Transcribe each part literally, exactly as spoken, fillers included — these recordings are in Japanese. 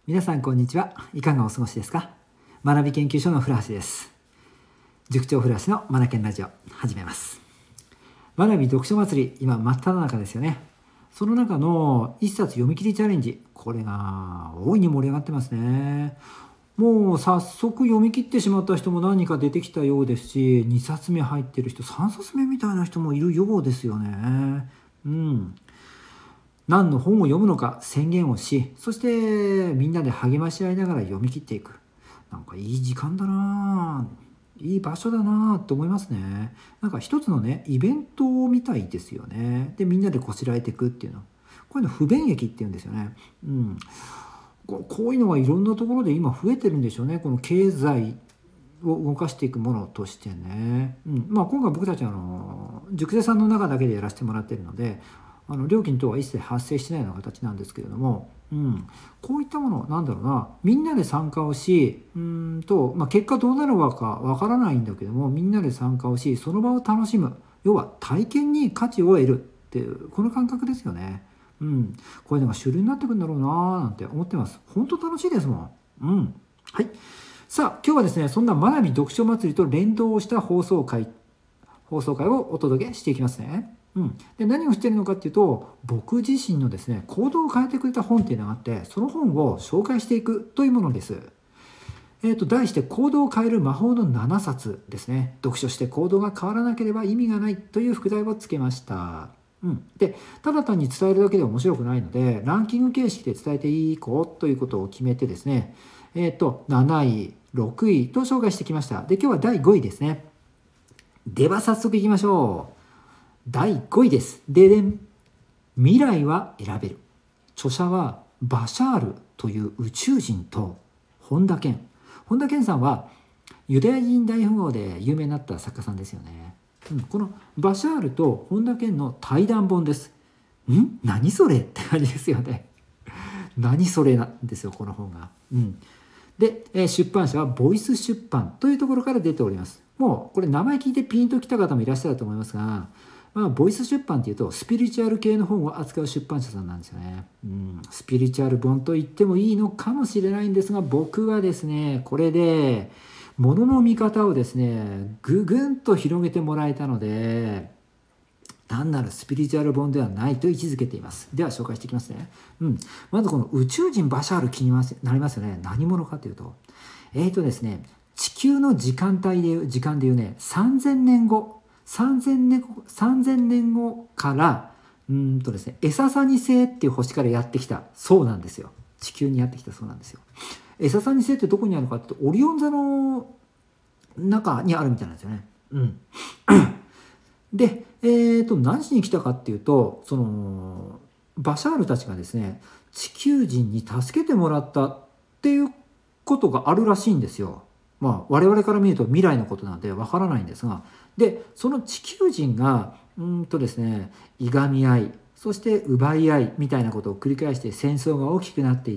皆さんこんにちは。いかがお過ごしですか？学び研究所の古橋です。塾長古橋の学研ラジオ始めます。学び読書祭り、今真っ只中ですよね。その中の一冊読み切りチャレンジ、これが大いに盛り上がってますね。もう早速読み切ってしまった人も何人か出てきたようですし、にさつめ入ってる人、さんさつめみたいな人もいるようですよね。うん何の本を読むのか宣言をし、そしてみんなで励まし合いながら読み切っていく。なんかいい時間だなぁ、いい場所だなぁと思いますね。なんか一つのね、イベントみたいですよね。で、みんなでこしらえていくっていうの。こういうの不便益っていうんですよね。うん。こういうのはいろんなところで今増えてるんでしょうね。この経済を動かしていくものとしてね。うん。まあ今回僕たちあの、塾生さんの中だけでやらせてもらってるので、あの料金等は一切発生してないような形なんですけれども、うん、こういったものなんだろうな、みんなで参加をし、うんと、まあ、結果どうなるのかわからないんだけども、みんなで参加をし、その場を楽しむ、要は体験に価値を得るっていうこの感覚ですよね。うん、こういうのが主流になってくるんだろうななんて思ってます。本当楽しいですもん。うん、はい。さあ今日はですね、そんな学び読書祭りと連動した放送回放送回をお届けしていきますね。うん、で何をしているのかっていうと、僕自身のですね行動を変えてくれた本っていうのがあって、その本を紹介していくというものです。えーと題して行動を変える魔法のななさつですね。読書して行動が変わらなければ意味がないという副題をつけました。うん、でただ単に伝えるだけでは面白くないので、ランキング形式で伝えていこうということを決めてですね、えーとなないろくいと紹介してきました。で今日はだいごいですね。では早速いきましょう。だいごいです。ででん。未来は選べる。著者はバシャールという宇宙人と本田健。本田健さんはユダヤ人大富豪で有名になった作家さんですよね。うん、このバシャールと本田健の対談本です。ん何それって感じですよね。何それなんですよ、この本が。うん、で、えー出版社はボイス出版というところから出ております。もうこれ名前聞いてピンときた方もいらっしゃると思いますが、まあ、ボイス出版っていうとスピリチュアル系の本を扱う出版社さんなんですよね。うん、スピリチュアル本と言ってもいいのかもしれないんですが、僕はですねこれで物の見方をですねぐぐんと広げてもらえたので、単なるスピリチュアル本ではないと位置づけています。では紹介していきますね。うん、まずこの宇宙人バシャール気になりますよね。何者かというと、えーとですね地球の時間帯で時間でいうねさんぜんねんごさんぜんねんごさんぜんねんごからうんとですねエササニ星っていう星からやってきたそうなんですよ。地球にやってきたそうなんですよ。エササニ星ってどこにあるかっていうと、オリオン座の中にあるみたいなんですよね。うんで、えーと何しに来たかっていうと、そのバシャールたちがですね地球人に助けてもらったっていうことがあるらしいんですよ。まあ我々から見ると未来のことなんでわからないんですが、でその地球人がうんとですねいがみ合い、そして奪い合いみたいなことを繰り返して戦争が大きくなっていって、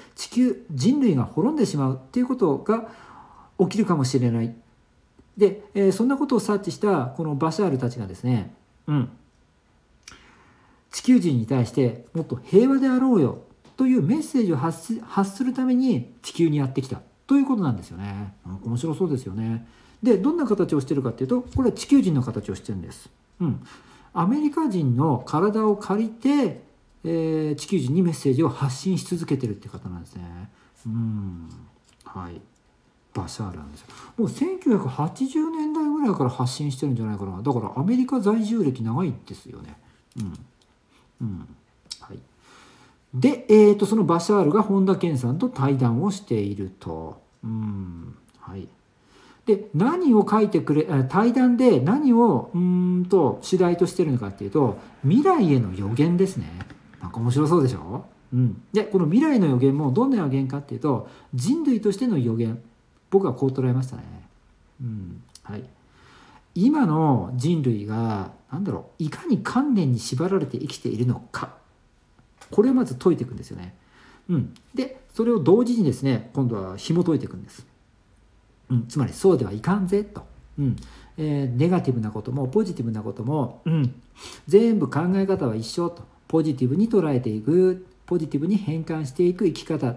地球人類が滅んでしまうっていうことが起きるかもしれない。で、えーそんなことを察知したこのバシャールたちがですね、うん、地球人に対してもっと平和であろうよというメッセージを発す発するために地球にやってきたということなんですよね。うん、面白そうですよね。でどんな形をしているかというと、これは地球人の形をしてるんです。うん、アメリカ人の体を借りて、えー地球人にメッセージを発信し続けてるって方なんですね。うんはいバシャールなんですよ。もうせんきゅうひゃくはちじゅうねんだいぐらいから発信してるんじゃないかな。だからアメリカ在住歴長いですよね。うんうんはい、で、えー、とそのバシャールが本田健さんと対談をしていると。うんはいで何を書いてくれ対談で何をうんと主題としてるのかっていうと、未来への予言ですね。なんか面白そうでしょ。うん、でこの未来の予言もどんな予言かっていうと、人類としての予言、僕はこう捉えましたね。うんはい、今の人類が何だろういかに観念に縛られて生きているのか、これをまず解いていくんですよね。うん、でそれを同時にですね今度は紐解いていくんです。うん、つまりそうではいかんぜと、うんえーネガティブなこともポジティブなことも、うん、全部考え方は一緒と、ポジティブに捉えていく、ポジティブに変換していく生き方、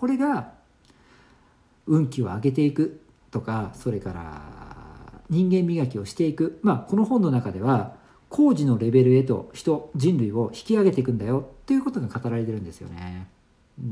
これが運気を上げていくとか、それから人間磨きをしていく、まあこの本の中では工事のレベルへと人人類を引き上げていくんだよということが語られてるんですよね。うん、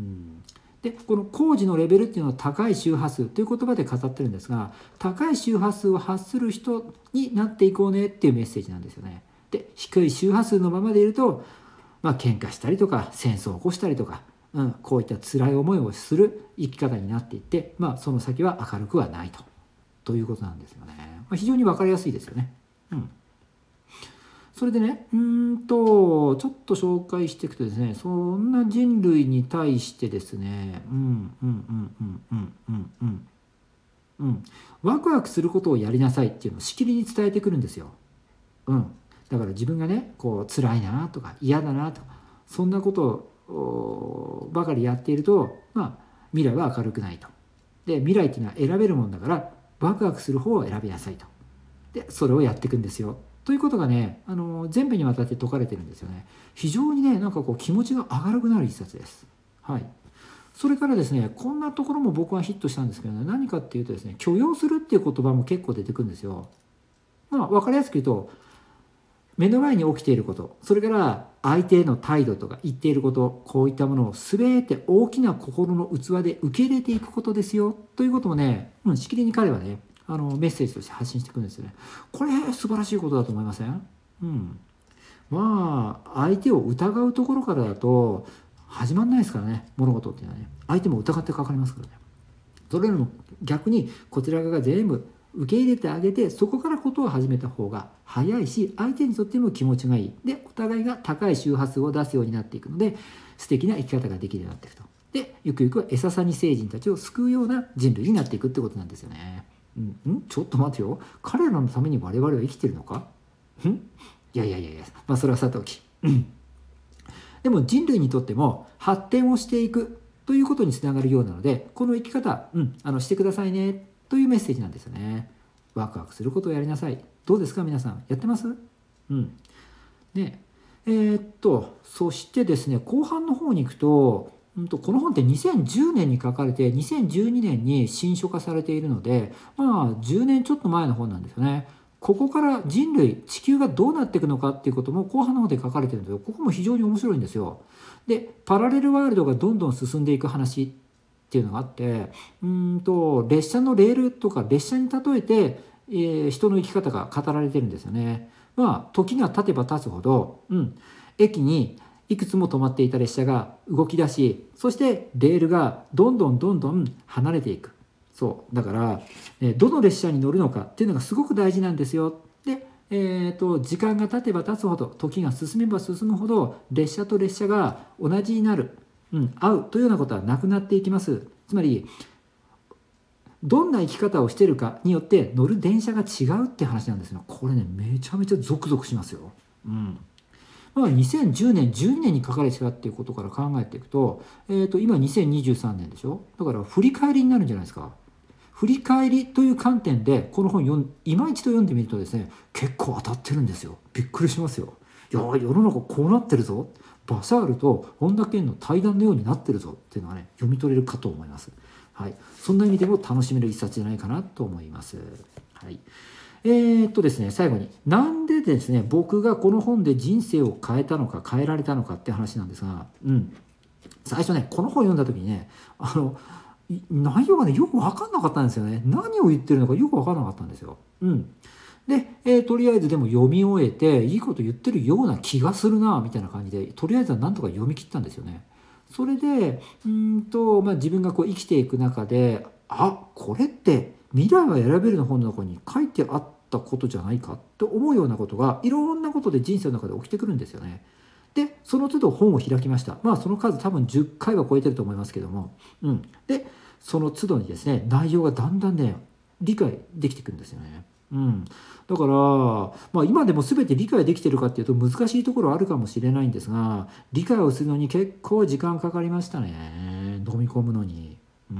でこの工事のレベルっていうのは高い周波数という言葉で語ってるんですが、高い周波数を発する人になっていこうねっていうメッセージなんですよね。で低い周波数のままでいると、まあ喧嘩したりとか戦争を起こしたりとか、うん、こういった辛い思いをする生き方になっていって、まあ、その先は明るくはないとということなんですよね。まあ、非常に分かりやすいですよね。うん、それでね、うーんとちょっと紹介していくとですね、そんな人類に対してですね、うんうんうんうんうんうんうんうんワクワクすることをやりなさいっていうのをしきりに伝えてくるんですよ。うん、だから自分がねこう辛いなとか嫌だなとかそんなことをばかりやっていると、まあ未来は明るくないと。で未来っていうのは選べるもんだからワクワクする方を選びなさいと。でそれをやっていくんですよということがね、あの全部にわたって説かれてるんですよね。非常にねなんかこう気持ちが明るくなる一冊です。はい。それからですね、こんなところも僕はヒットしたんですけどね、何かっていうとですね、許容するっていう言葉も結構出てくるんですよ。まあ分かりやすく言うと、目の前に起きていること、それから相手への態度とか言っていること、こういったものを全て大きな心の器で受け入れていくことですよということもね、うん、しきりに彼はねあのメッセージとして発信していくんですよね。これ素晴らしいことだと思いません？うん、まあ相手を疑うところからだと始まんないですからね、物事っていうのはね。相手も疑ってかかりますからね。それよりも逆にこちら側が全部受け入れてあげて、そこからことを始めた方が早いし、相手にとっても気持ちがいい。でお互いが高い周波数を出すようになっていくので、素敵な生き方ができるようになっていくと。でゆくゆくはエササニ星人たちを救うような人類になっていくってことなんですよね。うん、んちょっと待てよ、彼らのために我々は生きてるのか？んいやいやいやいや、まあそれはさておき、うん、でも人類にとっても発展をしていくということにつながるようなので、この生き方、うん、あのしてくださいねというメッセージなんですよね。ワクワクすることをやりなさい。どうですか皆さん、やってます？うん。ねえーっとそしてですね、後半の方に行くと、うんとこの本ってにせんじゅうねんに書かれてにせんじゅうにねんに新書化されているので、まあじゅうねんちょっと前の本なんですよね。ここから人類地球がどうなっていくのかっていうことも後半の方で書かれてるんですよ。ここも非常に面白いんですよ。でパラレルワールドがどんどん進んでいく話っていうのがあって、うんと列車のレールとか列車に例えて、えー人の生き方が語られてるんですよね。まあ時が経てば経つほど、うん、駅にいくつも止まっていた列車が動き出し、そしてレールがどんどんどんどん離れていく。そうだから、えーどの列車に乗るのかっていうのがすごく大事なんですよ。で、えー、と時間が経てば経つほど、時が進めば進むほど列車と列車が同じになる、うん、合うというようなことはなくなっていきます。つまりどんな生き方をしているかによって乗る電車が違うって話なんですよ。これねめちゃめちゃゾクゾクしますよ。うんまあ、にせんじゅうねんじゅうにねんに書かれてたっていうことから考えていくと、えー、と今にせんにじゅうさんねんでしょ。だから振り返りになるんじゃないですか。振り返りという観点でこの本読ん今一度読んでみるとですね、結構当たってるんですよ。びっくりしますよ。いや世の中こうなってるぞ、バシャールと本田健の対談のようになってるぞっていうのはね読み取れるかと思います。はい、そんな意味でも楽しめる一冊じゃないかなと思います。はい、えー、っとですね最後になんでですね僕がこの本で人生を変えたのか変えられたのかって話なんですが、うん、最初ねこの本読んだ時にねあの内容がねよく分かんなかったんですよね。何を言ってるのかよく分からなかったんですよ。うん、で、えーとりあえずでも読み終えていいこと言ってるような気がするなみたいな感じで、とりあえずはなんとか読み切ったんですよね。それでうんと、まあ、自分がこう生きていく中で、あこれって未来は選べるの本の中に書いてあったことじゃないかと思うようなことがいろんなことで人生の中で起きてくるんですよね。でその都度本を開きました。まあその数多分じゅっかいは超えてると思いますけども、うん、でその都度にですね内容がだんだんね理解できてくるんですよね。うん、だから、まあ、今でも全て理解できてるかっていうと難しいところはあるかもしれないんですが、理解をするのに結構時間かかりましたね、飲み込むのに。うん、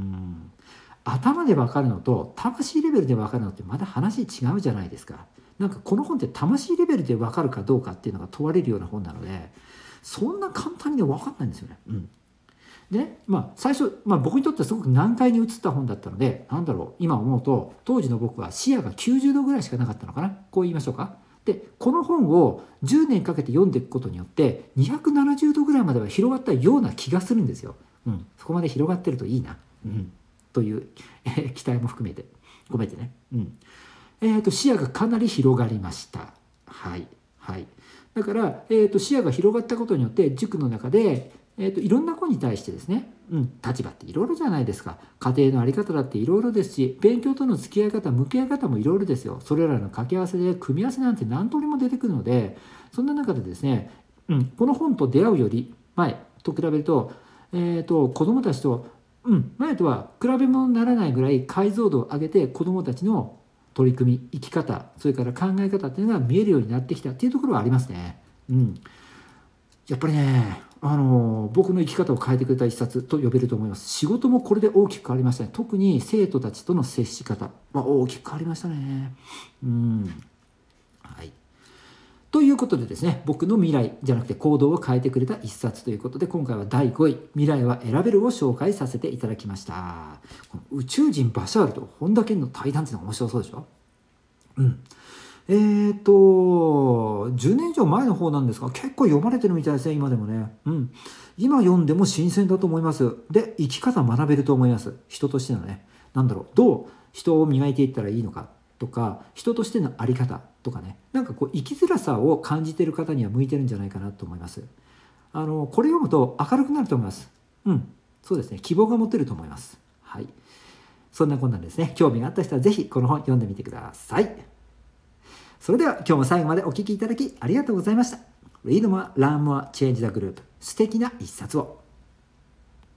頭で分かるのと魂レベルで分かるのってまだ話違うじゃないですか。なんかこの本って魂レベルで分かるかどうかっていうのが問われるような本なので、そんな簡単に分かんないんですよね。うんでね、まあ、最初、まあ、僕にとってはすごく難解に映った本だったので、なんだろう、今思うと当時の僕は視野がきゅうじゅうどぐらいしかなかったのかな、こう言いましょうか。でこの本をじゅうねんかけて読んでいくことによってにひゃくななじゅうどぐらいまでは広がったような気がするんですよ。うん、そこまで広がってるといいな、うん、という、えー期待も含めて込めてね、うんえー、と視野がかなり広がりました。はいはい、だから、えー、と視野が広がったことによって塾の中で、えー、といろんな子に対してですね、うん、立場っていろいろじゃないですか。家庭の在り方だっていろいろですし、勉強との付き合い方向き合い方もいろいろですよ。それらの掛け合わせで組み合わせなんて何通りも出てくるので、そんな中でですね、うん、この本と出会うより前と比べると、えー、と子どもたちと、うん、前とは比べ物にならないぐらい解像度を上げて子どもたちの取り組み、生き方、それから考え方っていうのが見えるようになってきたっていうところはありますね。うん、やっぱりね、あの僕の生き方を変えてくれた一冊と呼べると思います。仕事もこれで大きく変わりましたね。特に生徒たちとの接し方は大きく変わりましたね。うん、はい。ということでですね、僕の未来じゃなくて行動を変えてくれた一冊ということで、今回はだいごい、未来は選べるを紹介させていただきました。この宇宙人バシャールと本田健の対談っていうのが面白そうでしょ。うん。えーと、じゅうねん以上前の方なんですが、結構読まれてるみたいですね、今でもね。うん。今読んでも新鮮だと思います。で、生き方学べると思います。人としてのね。なんだろう、どう人を磨いていったらいいのかとか、人としての在り方とかね。なんかこう、生きづらさを感じている方には向いてるんじゃないかなと思います。あの、これ読むと明るくなると思います。うん。そうですね。希望が持てると思います。はい。そんなこんなんですね。興味があった人はぜひこの本読んでみてください。それでは今日も最後までお聞きいただきありがとうございました。Read more, learn more, change the group。素敵な一冊を。